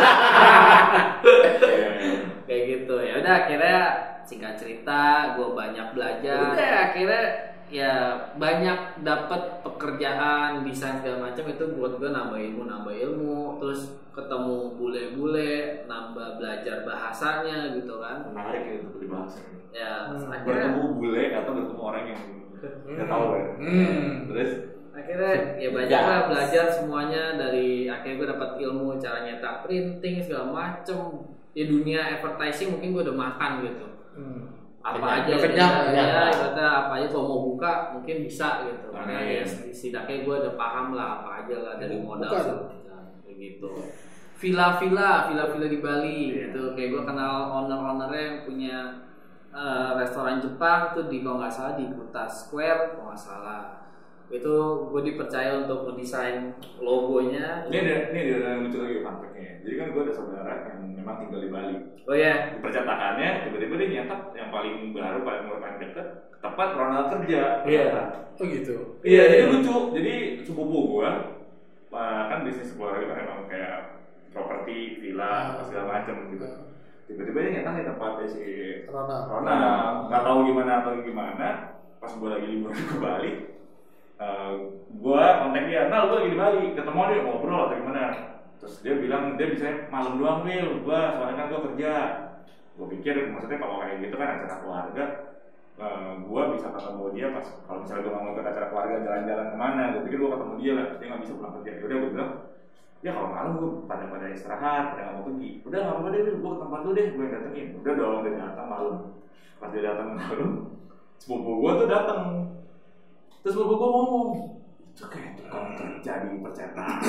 Kayak gitu. Ya udah akhirnya singkat cerita gue banyak belajar. Udah akhirnya ya banyak dapat pekerjaan desain segala macam, itu buat gue nambah ilmu, terus ketemu bule-bule, nambah belajar bahasanya gitu kan. Menarik ya untuk dibahas. Ya, bertemu bule atau bertemu orang yang nggak tahu kan. Terus akhirnya ya banyak lah belajar semuanya, dari akhirnya gue dapat ilmu cara nyetak printing segala macem. Ya dunia advertising mungkin gue udah makan gitu. Apa aja apa aja kalau mau buka mungkin bisa gitu. Karena ya setidaknya gue udah paham lah apa aja lah dari modal kayak gitu. Villa di Bali gitu. Kayak gue kenal owner-ownernya yang punya restoran Jepang tuh di, kalau nggak salah di Kuta Square kalau nggak salah. Itu gue dipercaya untuk mendesain logonya. Ini ada yang lucu lagi faktornya. Jadi kan gue ada saudara yang memang tinggal di Bali. Oh ya. Di percetakannya tiba-tiba dia nyetak yang paling baru, paling dekat tepat Ronald kerja. Iya. Oh gitu. Iya, jadi lucu. Jadi sepupu gue kan bisnis keluarga kan emang kayak properti, villa, segala macam gitu. Tiba-tiba dia nyetak di tempatnya si Ronald. Nggak tahu gimana. Pas gue lagi liburan ke Bali. Gue kontak dia, gue lagi di Bali, ketemu dia ngobrol atau gimana. Terus dia bilang dia bisa malam doang Will, soalnya kan gue kerja. Gue pikir maksudnya kalau kayak gitu kan acara keluarga, gue bisa ketemu dia pas kalau misalnya gue nggak mau ke acara keluarga jalan-jalan kemana, gue pikir gue ketemu dia lah, dia nggak bisa pulang kerja. Udah gue bilang, ya kalau malam gue pada istirahat, pada nggak mau pergi. Udah nggak apa-apa deh, gue ke tempat lu deh, gue yang datengin. Udah dong, dia datang malam. Pas dia datang malam, sepupu gue tuh datang. Terus bapak gue ngomong, itu kayak tukang kerja di percetakan.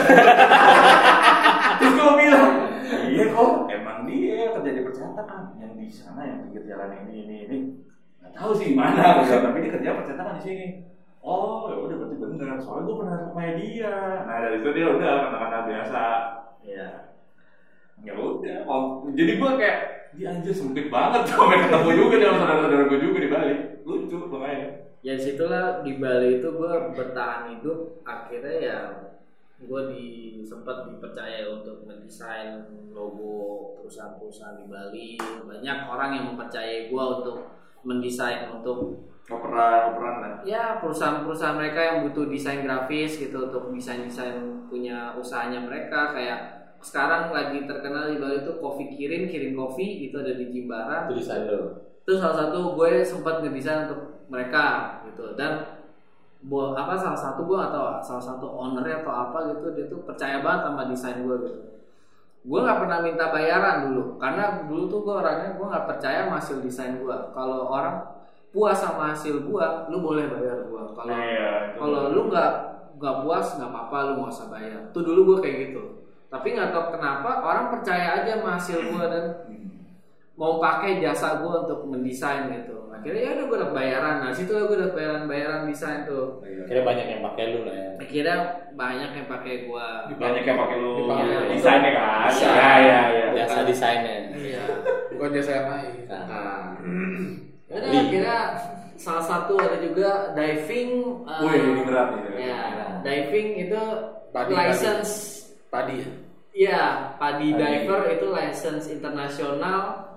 Terus gue bilang, iya kok, emang dia kerja di percetakan. Yang di sana, yang pinggir jalan ini. Nggak tahu sih mana, tapi dia kerja percetakan di sini. Oh, ya udah berarti bener. Soalnya gue pernah rumahnya dia. Nah dari itu dia udah kata-kata biasa. Iya. Ya udah. Jadi gue kayak, dia anjir sempit banget tuh. Ketemu juga dia sama saudara-saudara gue juga di Bali. Lucu makanya. Ya situlah di Bali itu gue bertahan hidup. Akhirnya ya gue sempat dipercaya untuk mendesain logo perusahaan-perusahaan di Bali. Banyak orang yang mempercayai gue untuk mendesain untuk operan lah. Ya perusahaan-perusahaan mereka yang butuh desain grafis gitu, untuk desain punya usahanya mereka. Kayak sekarang lagi terkenal di Bali itu Kirin Coffee, itu ada di Jimbaran. Itu desain lo. Itu salah satu gue sempat ngedesain untuk mereka gitu, dan salah satu gue atau salah satu ownernya atau apa gitu, dia tuh percaya banget sama desain gue gitu. Gue nggak pernah minta bayaran dulu, karena dulu tuh gue orangnya gue nggak percaya sama hasil desain gue. Kalau orang puas sama hasil gue, lu boleh bayar gue. Kalau lu nggak puas nggak apa-apa, lu nggak usah bayar. Tuh dulu gue kayak gitu. Tapi nggak tahu kenapa orang percaya aja sama hasil gue dan mau pakai jasa gue untuk mendesain gitu. Akhirnya ya udah gue dapet bayaran. Nah situ gue dapet bayaran desain tuh. Akhirnya banyak yang pakai lu lah ya. Akhirnya banyak yang pakai gue. Banyak yang pakai lu. Desainnya kan. Iya. Jasa desainnya. Iya. Bukan jasa yang lain. Udah akhirnya salah satu ada juga diving. Wih ini berat nih. Ya diving itu license. Padi ya. Iya, padi diver itu license internasional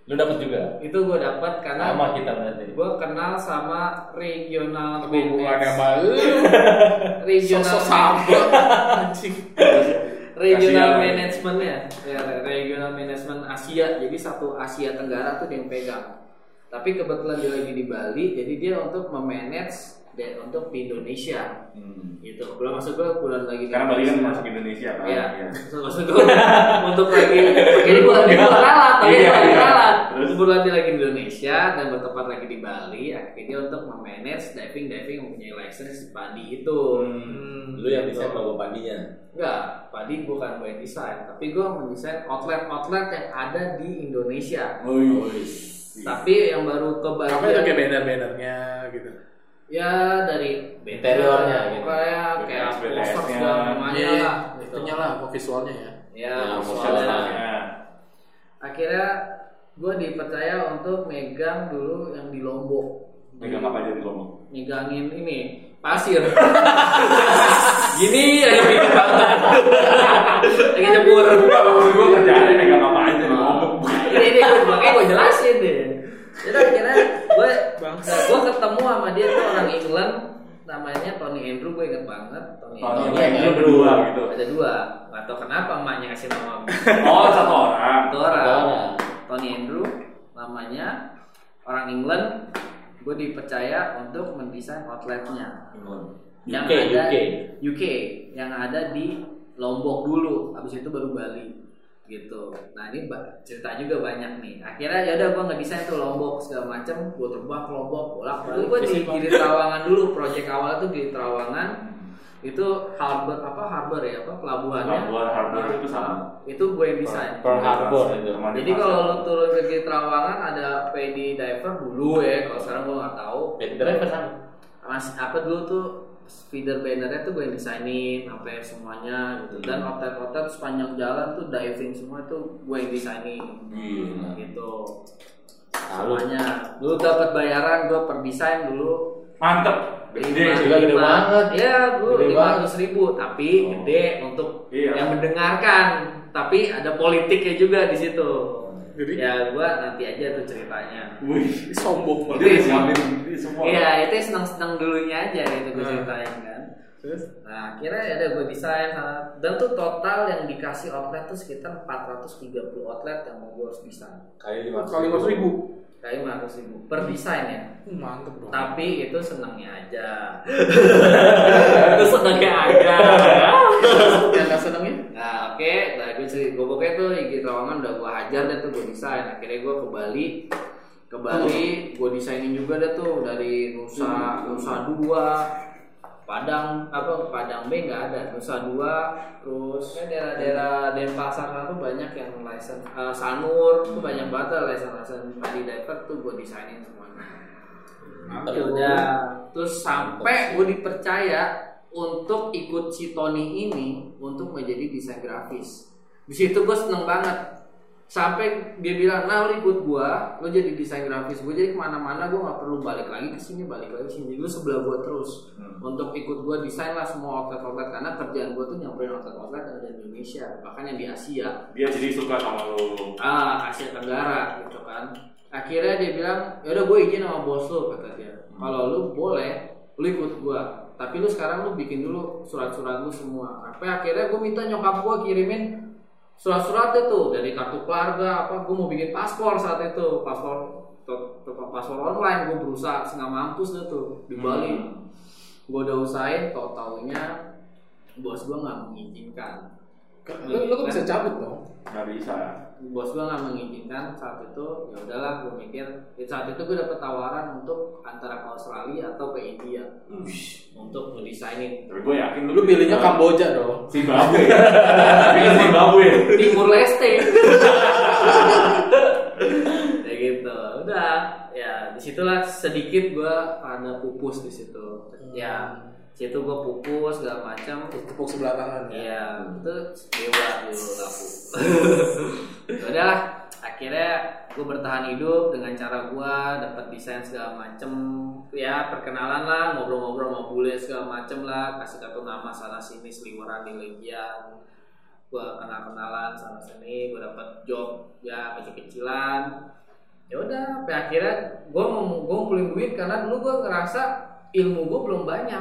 Lu dapat juga. Itu gue dapat karena Sama kita berarti. gue kenal sama regional Hubungannya sama lu. regional Sosok anjing. regional Kasihan. managementnya ya, regional management Asia, jadi satu Asia Tenggara tuh dia yang pegang. Tapi kebetulan dia lagi di Bali, jadi dia untuk memanage dan untuk di Indonesia gitu. Belum masuk gue bulan lagi di Karena Bali kan Indonesia. masuk Indonesia kan. Iya. Iya. Maksud gue untuk lagi jadi gue ralat, tapi Iya, gue lagi iya. ralat. Terus? Kebetulan dia lagi di Indonesia dan bertempat lagi di Bali, akhirnya untuk memanage diving mempunyai license di padi itu. Lu yang desain logo padinya. Enggak, padi bukan gue yang desain, tapi gue mendesain outlet yang ada di Indonesia. Tapi yang baru ke Bali. Apa itu kayak banner-bannernya gitu. Ya dari Interiornya gitu. kayak BTS, poster BTS-nya. segala namanya Iya, lah gitu. itunya lah, apa visualnya ya. Ya, Ya, visualnya. Soalnya. Akhirnya gue dipercaya untuk megang dulu yang di Lombok. Megang apa aja di Lombok? Megangin ini pasir. Gini lagi bikin banget. Lagi jemur. Gue kerjaan megang apa aja di Lombok. Ini makanya gue jelasin deh. Jadi akhirnya gue ketemu sama dia tuh orang England, namanya Tony Andrew, gue inget banget. Tony Tony Andrew. Andrew berdua gitu. Ada dua, nggak tahu kenapa emaknya kasih nama Oh, satu orang. satu orang. Tony Andrew namanya, orang England. Gue dipercaya untuk mendesain outletnya yang UK, ada UK. UK yang ada di Lombok dulu, habis itu baru Bali gitu. Nah ini cerita juga banyak nih. Akhirnya ya udah gue ngedesain tuh Lombok segala macem, gue terbang ke Lombok, bolak-balik. Gue di Gili Trawangan dulu, proyek awal tuh Gili Trawangan. Itu harbor ya, pelabuhannya. Pelabuhan harbor itu sama. Itu gue yang desain. Pearl Harbor itu. Jadi kalau lu turun ke Gili Trawangan ada PD diver dulu ya, kalau sekarang gue nggak tahu. Jadi driver sama. Mas apa dulu tuh feeder bannernya tuh gue yang desainin sampai semuanya gitu, dan outlet sepanjang jalan tuh diving semua tuh gue yang desainin gitu semuanya. Dulu dapat bayaran gue per desain dulu. Mantep. Gede. Gila, gede banget. Iya, dulu Gede 500.000, tapi gede untuk Iya. yang mendengarkan. Tapi ada politiknya juga di situ. Jadi Ya gue nanti aja tuh ceritanya. Wih. sombong Itu banget. siapin semua. Iya, itu senang-senang dulunya aja gitu gue ceritain kan. Terus Nah, akhirnya ya udah gue desain dan tuh total yang dikasih outlet tuh sekitar 430 outlet yang mau gue harus desain. Kali kali 500.000. Kayak 500.000 per desain ya. Mantep dong. Tapi itu senangnya aja. Itu senangnya aja. Yang nggak senengnya? Nah, oke, nah gue pokoknya tuh Gili Trawangan udah gue hajar deh tuh gue desain. Akhirnya gue ke Bali. Gue desainin juga deh tuh dari Nusa 2, Padang B nggak ada, Nusa 2, terus daerah Denpasar sana tuh banyak yang license, Sanur tuh banyak banget license padi diver tuh gue desainin semuanya. Ya udah, terus sampai gue dipercaya untuk ikut si Tony ini untuk menjadi desain grafis. Di situ gue seneng banget. Sampai dia bilang, nah lu ikut gua, lu jadi desain grafis. Gue jadi kemana-mana, gue nggak perlu balik lagi ke sini, Jadi lu sebelah gua terus untuk ikut gua desain lah semua outlet karena kerjaan gua tuh nyamperin outlet yang ada di Indonesia, bahkan yang di Asia. Dia jadi suka sama lu. Asia Tenggara gitu kan. Akhirnya dia bilang, ya udah gue izin sama bos lu, kata dia. Kalau lu boleh, lu ikut gua. Tapi lu sekarang lu bikin dulu surat-surat lu semua. Sampai akhirnya gue minta nyokap gua kirimin surat-suratnya tuh dari kartu keluarga gue mau bikin paspor saat itu, paspor online. Gue berusaha setengah mampus tuh di Bali. Gue udah usahain, taunya bos gue nggak mengizinkan. Lu kan bisa cabut dong. Nggak bisa. Bos gue nggak mengizinkan saat itu. Ya udahlah, gue mikir saat itu gue dapet tawaran untuk antara ke Australia atau ke India untuk ngedesainin. Tapi gue yakin Lu pilihnya Kamboja dong. Zimbabwe. Pilih Zimbabwe. Timur Leste. Kayak gitu. Udah, ya disitulah sedikit gue ada pupus di situ. Ya, situ gue pupus segala macam. Tepuk sebelah tangan. Iya, itu dewa dulu laku. Udahlah, akhirnya gue bertahan hidup dengan cara gue dapat desain segala macem. Ya perkenalan lah, ngobrol-ngobrol sama bule segala macem lah, kasih kartu nama sana sini, seliweran di Legian. Gue kenal-kenalan sana sini, gue dapat job ya kecil-kecilan. Ya udah, sampai akhirnya gue ngumpulin duit karena dulu gue ngerasa ilmu gue belum banyak.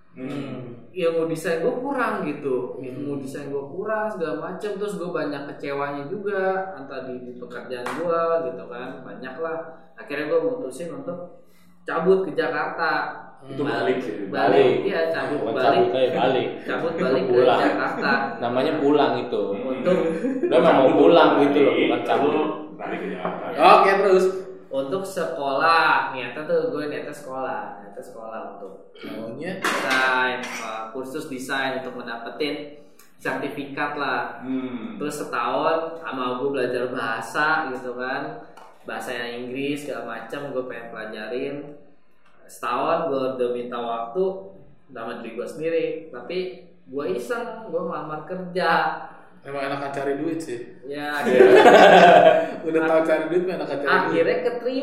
Ilmu desain gue kurang gitu, ilmu desain gue kurang segala macem, terus gue banyak kecewanya juga entah di pekerjaan gue gitu kan, banyak lah. Akhirnya gue mutusin untuk cabut ke Jakarta. Itu balik sih. Balik. Iya, cabut Bukan balik. cabut balik ke Pulang. Jakarta. Namanya pulang itu. Untuk Lo emang mau pulang gitu loh, bukan cabut. Balik ke Jakarta. Oke, terus. untuk sekolah, niatnya sekolah untuk Maunya desain, kursus desain untuk mendapetin sertifikat lah. Terus setahun sama gue belajar bahasa gitu kan, bahasa yang Inggris segala macam gue pengen pelajarin. Setahun gue udah minta waktu sama diri gue sendiri, tapi gue iseng, gue ngelamar kerja. emang enakan cari duit sih. Ya, Udah tahu cari duit, enakan cari duit. akhirnya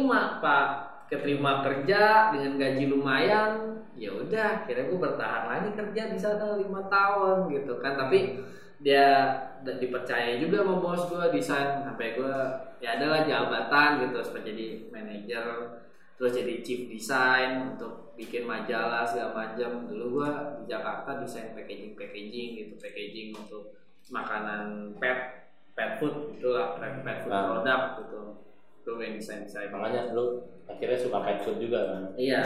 keterima kerja dengan gaji lumayan. Ya udah, akhirnya gue bertahan lagi kerja di sana 5 tahun gitu kan. Tapi dia dipercaya juga sama bos gue desain, sampai gue ya adalah jabatan gitu seperti jadi manajer, terus jadi chief design untuk bikin majalah segala macam. Dulu gue di Jakarta desain packaging gitu, packaging untuk makanan pet food gitulah, pet food produk gitu. Itu yang desain. Makanya lu akhirnya suka pet food juga kan? Iya.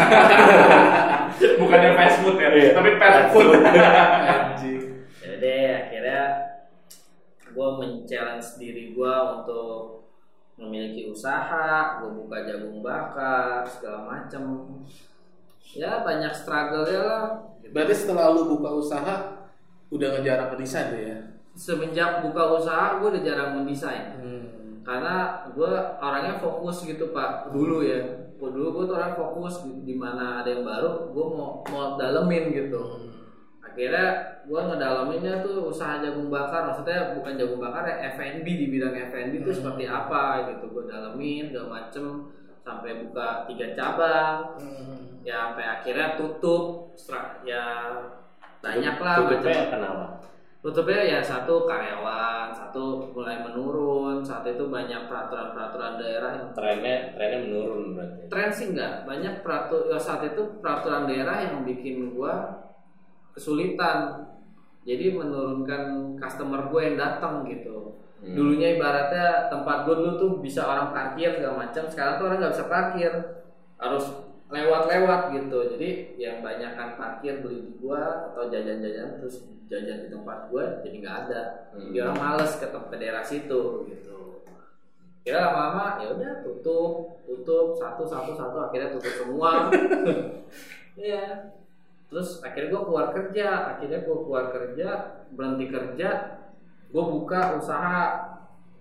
Bukannya fast food ya, tapi pet food. Anjing. Jadi akhirnya gue men-challenge diri gue untuk memiliki usaha, gue buka jagung bakar segala macem. Ya banyak struggle ya lah. Berarti setelah lu buka usaha udah ngejarang mendesain tuh ya? Semenjak buka usaha gue udah jarang mendesain. Karena gue orangnya fokus gitu Pak. Dulu gue tuh orang fokus di mana ada yang baru gue mau dalemin gitu. Akhirnya gue ngedalaminnya tuh usaha jagung bakar, maksudnya bukan jagung bakar ya, F&B, di bidang F&B itu seperti apa gitu. Gue dalemin segala macem sampai buka 3 cabang. Ya sampai akhirnya tutup. Ya banyak lah. Tutupnya kenapa? Tutupnya ya satu karyawan, satu mulai menurun, saat itu banyak peraturan daerah yang Trennya menurun berarti. tren sih enggak, banyak saat itu peraturan daerah yang bikin gua kesulitan. Jadi menurunkan customer gue yang datang gitu. Dulunya ibaratnya tempat gue dulu tuh bisa orang parkir segala macam, sekarang tuh orang nggak bisa parkir, harus lewat gitu. Jadi yang banyakkan parkir beli di gua atau jajan-jajan terus jajan di tempat gua jadi nggak ada. Jadi orang males ke daerah situ gitu. Kira lama-lama ya udah tutup satu akhirnya tutup semua. Iya. Terus akhirnya gua keluar kerja, berhenti kerja, gua buka usaha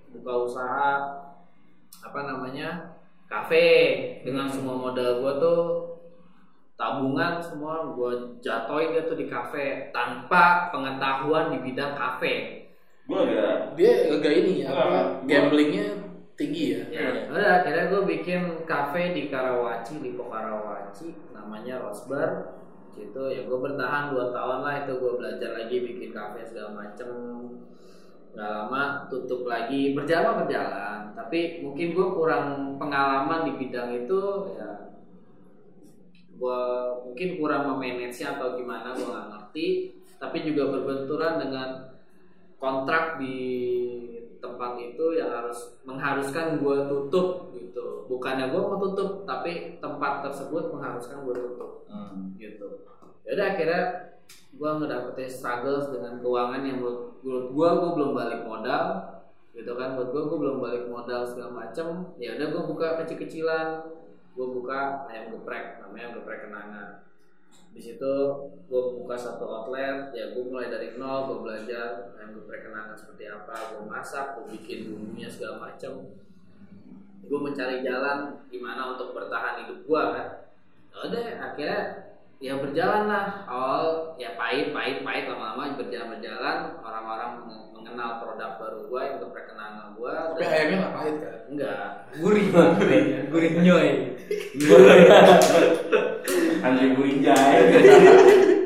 kafe dengan semua modal gue tuh tabungan semua gue jatoin dia tuh di kafe tanpa pengetahuan di bidang kafe. Dia agak ini ya, gamblingnya tinggi ya. Udah akhirnya gue bikin kafe di Lipo Karawaci, namanya Rose Bar. Gitu ya gue bertahan 2 tahun lah itu, gue belajar lagi bikin kafe segala macem. Gak lama tutup lagi, berjalan, tapi mungkin gue kurang pengalaman di bidang itu ya, gue mungkin kurang memanage-nya atau gimana gue nggak ngerti, tapi juga berbenturan dengan kontrak di tempat itu yang mengharuskan gue tutup gitu. Bukannya gue mau tutup, tapi tempat tersebut mengharuskan gue tutup gitu. Yaudah akhirnya gue ngedapetin struggles dengan keuangan yang menurut gue belum balik modal gitu kan. Buat gue belum balik modal segala macem. Ya udah gue buka kecil-kecilan, gue buka ayam geprek, namanya geprek kenanga. Di situ gue buka 1 outlet, ya gue mulai dari nol, gue belajar ayam geprek kenanga seperti apa, gue masak, gue bikin bumbunya segala macem. Gue mencari jalan gimana untuk bertahan hidup gue kan. Udah akhirnya ya berjalan lah, awal ya pahit lama-lama berjalan orang-orang mengenal produk baru gue yang terkenal gue. Tapi ayamnya nggak pahit kan? Enggak, gurih nyoy. Anjing gurinjay.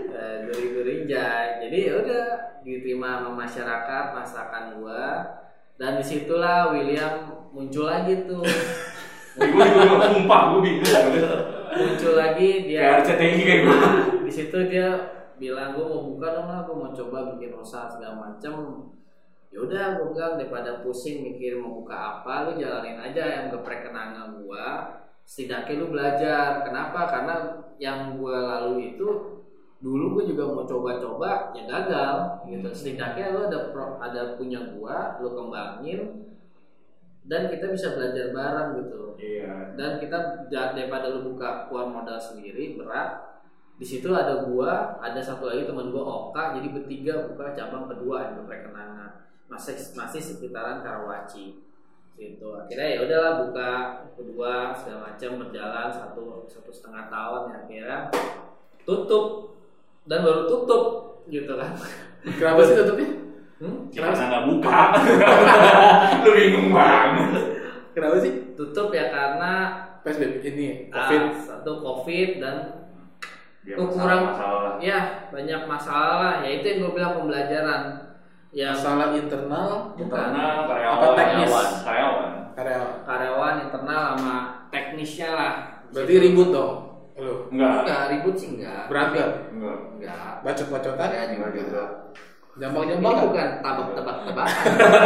Gurih jay. Jadi ya udah diterima sama masyarakat masakan gue. Dan disitulah William muncul lagi tuh. Gue sumpah gue bingung. Muncul lagi dia. Kayak RCTI kayak gue. Di situ dia bilang gue mau buka dong lah, gue mau coba bikin usaha segala macam. Ya udah gue bilang daripada pusing mikir mau buka apa, lu jalanin aja yang geprek kenangan gue. Setidaknya lu belajar. Kenapa? Karena yang gue lalui itu dulu gue juga mau coba-coba ya gagal gitu. Setidaknya lu ada punya gue, lu kembangin dan kita bisa belajar bareng gitu. Iya. Dan kita daripada lu buka keluar modal sendiri berat. Di situ ada gua, ada satu lagi teman gua Oka, jadi bertiga buka cabang kedua yang geprek kenangan. Masih sekitaran Karawaci. Gitu. Akhirnya ya udahlah buka kedua segala macam berjalan 1,5 tahun ya akhirnya tutup dan baru tutup gitu kan. Kenapa sih tutupnya? Kenapa nggak buka? Lu bingung banget. Kenapa sih? Tutup ya karena PSBB ini COVID. Satu COVID dan Ya, kurang masalah. Ya banyak masalah lah. Ya itu yang gue bilang pembelajaran. Ya Masalah internal, Internal, apa teknis? karyawan internal sama teknisnya lah. Berarti ribut dong. Lu. Enggak Ribut sih enggak. Berantem. Enggak. Bacot-bacotan. Enggak juga. Jambak-jambak Ini kan? bukan tebak-tebakan.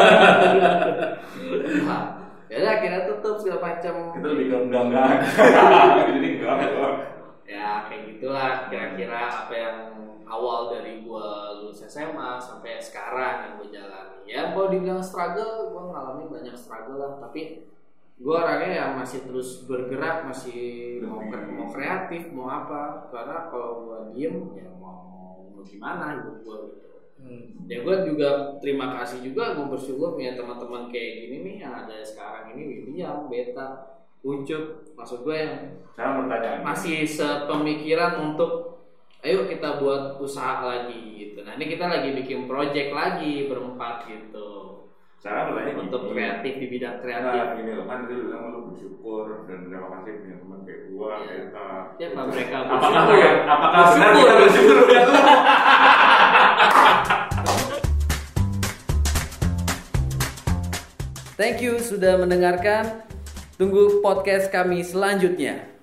Nah, ya udah akhirnya tutup segala macam. Kita lebih ke enggak. Jadi enggak. Ya kayak gitulah kira-kira apa yang awal dari gua lulus SMA sampai sekarang yang gua jalani. Ya kalau dibilang struggle, gua ngalamin banyak struggle lah. Tapi gua orangnya yang masih terus bergerak, masih mau kreatif, mau apa. Karena kalau gua diem, ya mau gimana hidup gua gitu. Ya gue juga terima kasih juga, gue bersyukur punya teman-teman kayak gini nih yang ada sekarang ini, William, Beta, Ucup, maksud gue yang Sekarang pertanyaan. masih sepemikiran untuk ayo kita buat usaha lagi gitu. Nah ini kita lagi bikin project lagi berempat gitu. Sekarang pertanyaan Untuk gini. kreatif di bidang kreatif. Nah, gini loh kan tadi lu bilang lu bersyukur dan terima kasih punya teman kayak gua, Beta. Siapa mereka Apakah benar Bersyukur. kita bersyukur punya lu? Thank you sudah mendengarkan. Tunggu podcast kami selanjutnya.